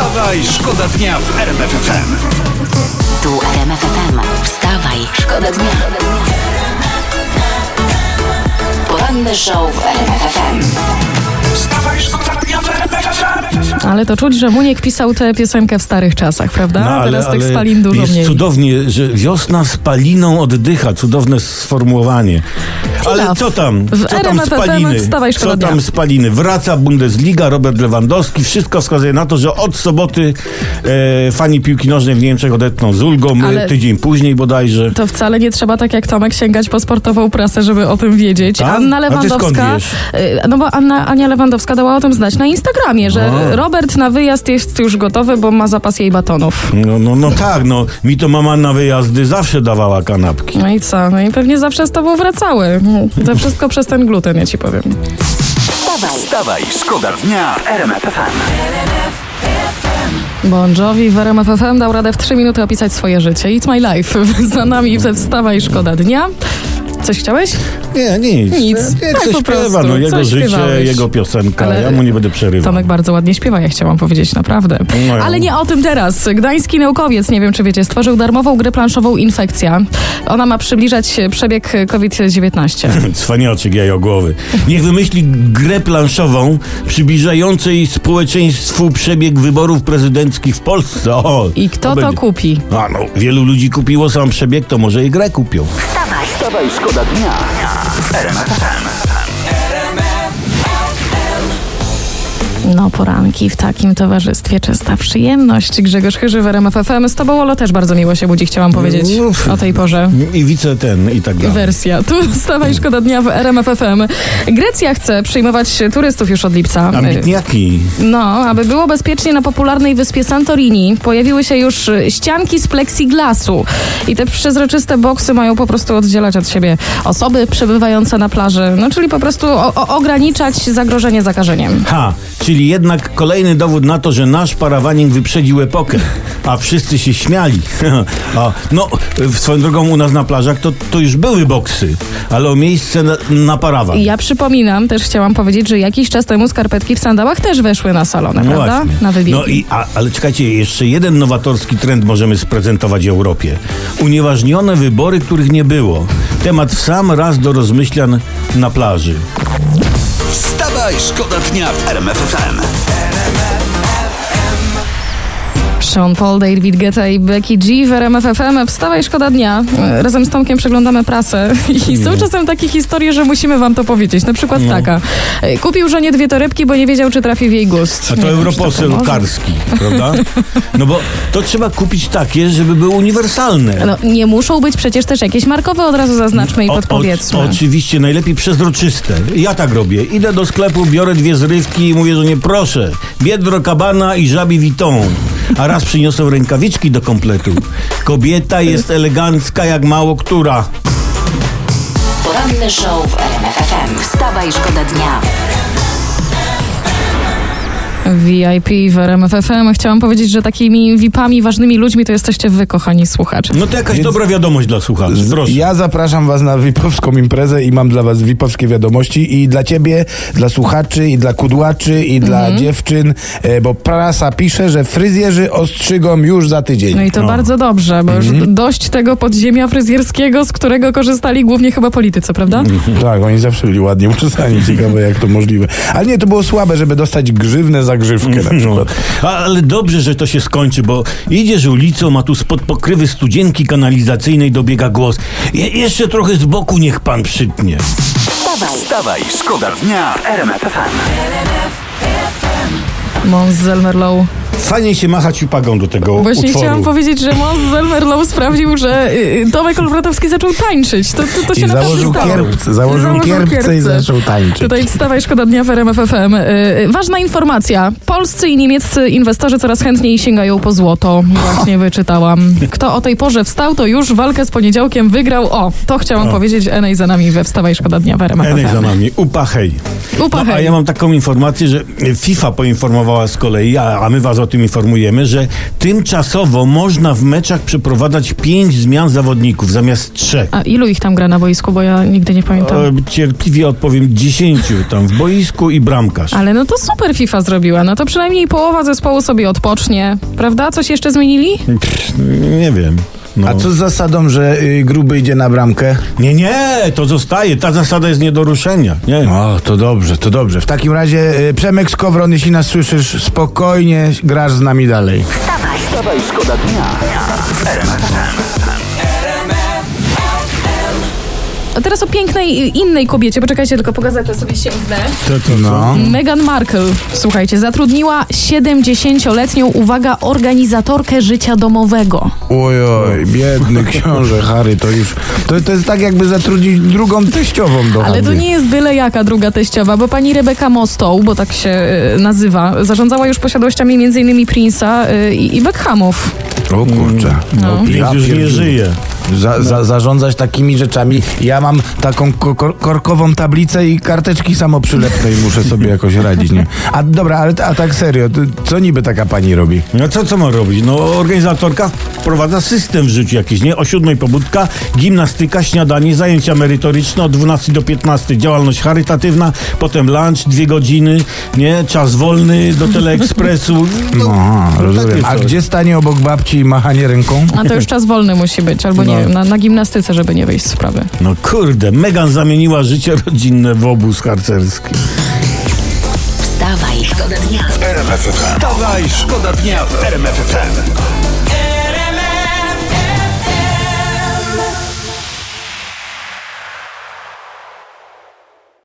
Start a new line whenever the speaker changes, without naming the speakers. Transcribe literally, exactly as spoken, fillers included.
Wstawaj, szkoda dnia w R M F F M.
Tu R M F F M. Wstawaj, szkoda dnia. Poranny show w R M F F M.
Wstawaj, szkoda dnia w R M F F M.
Ale to czuć, że Muniek pisał tę piosenkę w starych czasach, prawda?
No, ale,
Teraz tych
ale
spalin dużo
jest
mniej.
cudownie, że wiosna spaliną oddycha. Cudowne sformułowanie. Ale co tam?
W
Co tam
R M F F M
spaliny?
wstawaj, szkoda
Co
dnia.
tam spaliny? Wraca Bundesliga, Robert Lewandowski. Wszystko wskazuje na to, że od soboty e, fani piłki nożnej w Niemczech odetną z ulgą. My
Ale-
tydzień później bodajże.
To wcale nie trzeba tak jak Tomek sięgać po sportową prasę, żeby o tym wiedzieć.
Tak?
Anna
A ty skąd
Lewandowska,
wiesz?
y, no bo Anna, Ania Lewandowska dała o tym znać na Instagramie, że
A.
Robert na wyjazd jest już gotowy, bo ma zapas jej batonów.
No, no, no tak, no. Mi to mama na wyjazdy zawsze dawała kanapki.
No i co? No i pewnie zawsze z tobą wracały. To wszystko przez ten gluten, ja ci powiem.
Wstawaj,
Wstawaj, szkoda dnia w R M F F M.
Bon Jovi w R M F F M dał radę w trzy minuty opisać swoje życie. It's my life. Za nami we Wstawaj, szkoda dnia. Coś chciałeś?
Nie, nic.
Nic.
Nie,
Tak
coś
po
śpiewa,
prostu.
no. Jego
Coś
życie,
śpiewałeś.
jego piosenka.
Ale
Ja mu nie będę przerywał.
Tomek bardzo ładnie śpiewa, ja chciałam powiedzieć, naprawdę.
No ja.
Ale nie o tym teraz. Gdański naukowiec, nie wiem czy wiecie, stworzył darmową grę planszową Infekcja. Ona ma przybliżać przebieg COVID dziewiętnaście.
Cwaniaczek jajogłowy. Niech wymyśli grę planszową przybliżającej społeczeństwu przebieg wyborów prezydenckich w Polsce. O,
I kto to
będzie.
kupi?
A no, wielu ludzi kupiło sam przebieg, to może i grę kupią.
wstawaj,
Wstawaj, szkoda dnia w R M F F M.
No poranki w takim towarzystwie czysta przyjemność. Grzegorz Chyży w R M F F M. Z tobą, Olo, też bardzo miło się budzi, chciałam powiedzieć
No,
o tej porze.
I wice ten i tak dalej.
Wersja. Tu Wstawaj, szkoda dnia w R M F F M. Grecja chce przyjmować turystów już od lipca.
Ambitniaki.
No, aby było bezpiecznie na popularnej wyspie Santorini, pojawiły się już ścianki z plexiglasu. I te przezroczyste boksy mają po prostu oddzielać od siebie osoby przebywające na plaży. No, czyli po prostu o- o- ograniczać zagrożenie zakażeniem.
Ha, czyli jednak kolejny dowód na to, że nasz parawanik wyprzedził epokę, a wszyscy się śmiali. A, no, w swoją drogą u nas na plażach to, to już były boksy, ale o miejsce na, na parawan.
Ja przypominam, też chciałam powiedzieć, że jakiś czas temu skarpetki w sandałach też weszły na salony,
No
prawda?
właśnie.
Na wybiegi.
No i, a, ale czekajcie, jeszcze jeden nowatorski trend możemy sprezentować Europie. Unieważnione wybory, których nie było. Temat w sam raz do rozmyślań na plaży.
Wstawaj, szkoda dnia w R M F F M.
Sean Paul, David Guetta i Becky G w R M F F M. Wstawaj, szkoda dnia. Razem z Tomkiem przeglądamy prasę i są czasem takie historie, że musimy wam to powiedzieć. Na przykład taka. Kupił żonie dwie torebki, bo nie wiedział, czy trafi w jej gust.
A
Nie
to
wiem, czy
europoseł
pomoże.
Karski, prawda? No bo to trzeba kupić takie, żeby były uniwersalne.
No, nie muszą być przecież też jakieś markowe, od razu zaznaczmy i
O-
podpowiedzmy.
o- oczywiście, najlepiej przezroczyste. Ja tak robię. Idę do sklepu, biorę dwie zrywki i mówię, że nie proszę. Biedro Cabana i Żabi Vuitton. A raz przyniosą rękawiczki do kompletu. Kobieta jest elegancka jak mało która.
poranny show w R M F F M. Wstawaj, szkoda dnia.
V I P w R M F F M. Chciałam powiedzieć, że takimi V I P-ami, ważnymi ludźmi to jesteście wy, kochani słuchacze.
No to jakaś
Więc-
dobra wiadomość dla słuchaczy. Proszę.
Ja zapraszam was na V I P-owską imprezę i mam dla was V I P-owskie wiadomości i dla ciebie, dla słuchaczy, i dla kudłaczy, i dla dziewczyn, e, bo prasa pisze, że fryzjerzy ostrzygą już za tydzień.
No i to bardzo dobrze, bo już dość tego podziemia fryzjerskiego, z którego korzystali głównie chyba politycy, prawda?
Tak, oni zawsze byli ładnie uczesani, ciekawe jak to możliwe. Ale nie, to było słabe, żeby dostać grzywnę za grzywkę na
No.
przykład.
A, ale dobrze, że to się skończy, bo idziesz ulicą, a tu spod pokrywy studzienki kanalizacyjnej dobiega głos. Je, jeszcze trochę z boku niech pan przytnie.
Wstawaj,
Wstawaj, szkoda dnia w R M F F M.
Mons Zelmerlow.
Fajnie się machać upagą do tego
Właśnie
utworu.
chciałam powiedzieć, że Mons Zelmerlow sprawdził, że y, Tomek Olbratowski zaczął tańczyć. To, to, to się
I
naprawdę
założył
stało.
kierpce, założył kierpce i zaczął tańczyć.
Tutaj wstawaj, szkoda dnia w R M F F M. Y, ważna informacja. Polscy i niemieccy inwestorzy coraz chętniej sięgają po złoto. Właśnie wyczytałam. Kto o tej porze wstał, to już walkę z poniedziałkiem wygrał. O, to chciałam
O.
powiedzieć. Enej za nami we wstawaj, szkoda dnia w R M F F M.
Enej za nami, upa hej.
Upa
No, a
hej.
ja mam taką informację, że FIFA poinformowała z kolei, a, a my was o tym tym informujemy, że tymczasowo można w meczach przeprowadzać pięć zmian zawodników zamiast trzech.
A ilu ich tam gra na boisku, bo ja nigdy nie pamiętam.
E, Cierpliwie odpowiem, dziesięciu tam w boisku i bramkarz.
Ale no to super FIFA zrobiła, no to przynajmniej połowa zespołu sobie odpocznie, prawda? Coś jeszcze zmienili?
Pff, nie wiem. No.
A co z zasadą, że y, gruby idzie na bramkę?
Nie, nie, to zostaje. Ta zasada jest nie do ruszenia. Nie.
O, to dobrze, to dobrze. W takim razie y, Przemek Skowron, jeśli nas słyszysz, spokojnie grasz z nami dalej.
Wstawaj,
Wstawaj, szkoda dnia w R M F M.
A teraz o pięknej innej kobiecie, poczekajcie, tylko po gazetę sobie sięgnę.
To, to,
No.
Meghan Markle, słuchajcie, zatrudniła siedemdziesięcioletnią, uwaga, organizatorkę życia domowego.
Oj, oj, biedny książę Harry, to już... To, to jest tak, jakby zatrudnić drugą teściową do
Ale to
handlu.
nie jest byle jaka druga teściowa, bo pani Rebecca Mostow, bo tak się y, nazywa, zarządzała już posiadłościami m.in. Prince'a y, i Beckhamów.
O kurczę.
No.
Prince
Ja
już nie
pierdzielę.
żyje.
Za, za, zarządzać takimi rzeczami. Ja mam taką ko- kor- korkową tablicę i karteczki samoprzylepne i muszę sobie jakoś radzić, nie? A dobra, ale a tak serio, to, co niby taka pani robi?
No co, co ma robić? No organizatorka wprowadza system w życiu jakiś, nie? O siódmej pobudka, gimnastyka, śniadanie, zajęcia merytoryczne, od dwunastej do piętnastej działalność charytatywna, potem lunch, dwie godziny, nie? Czas wolny do Teleekspresu.
No, aha, rozumiem.
takie
A
coś.
gdzie stanie obok babci i machanie ręką?
A to już czas wolny musi być, albo nie
No.
wiem, na, na gimnastyce, żeby nie wyjść z sprawy.
No kurde, Meghan zamieniła życie rodzinne w obóz harcerski.
wstawaj, szkoda dnia.
R M F F M. Wstawaj, szkoda dnia w R M F F M.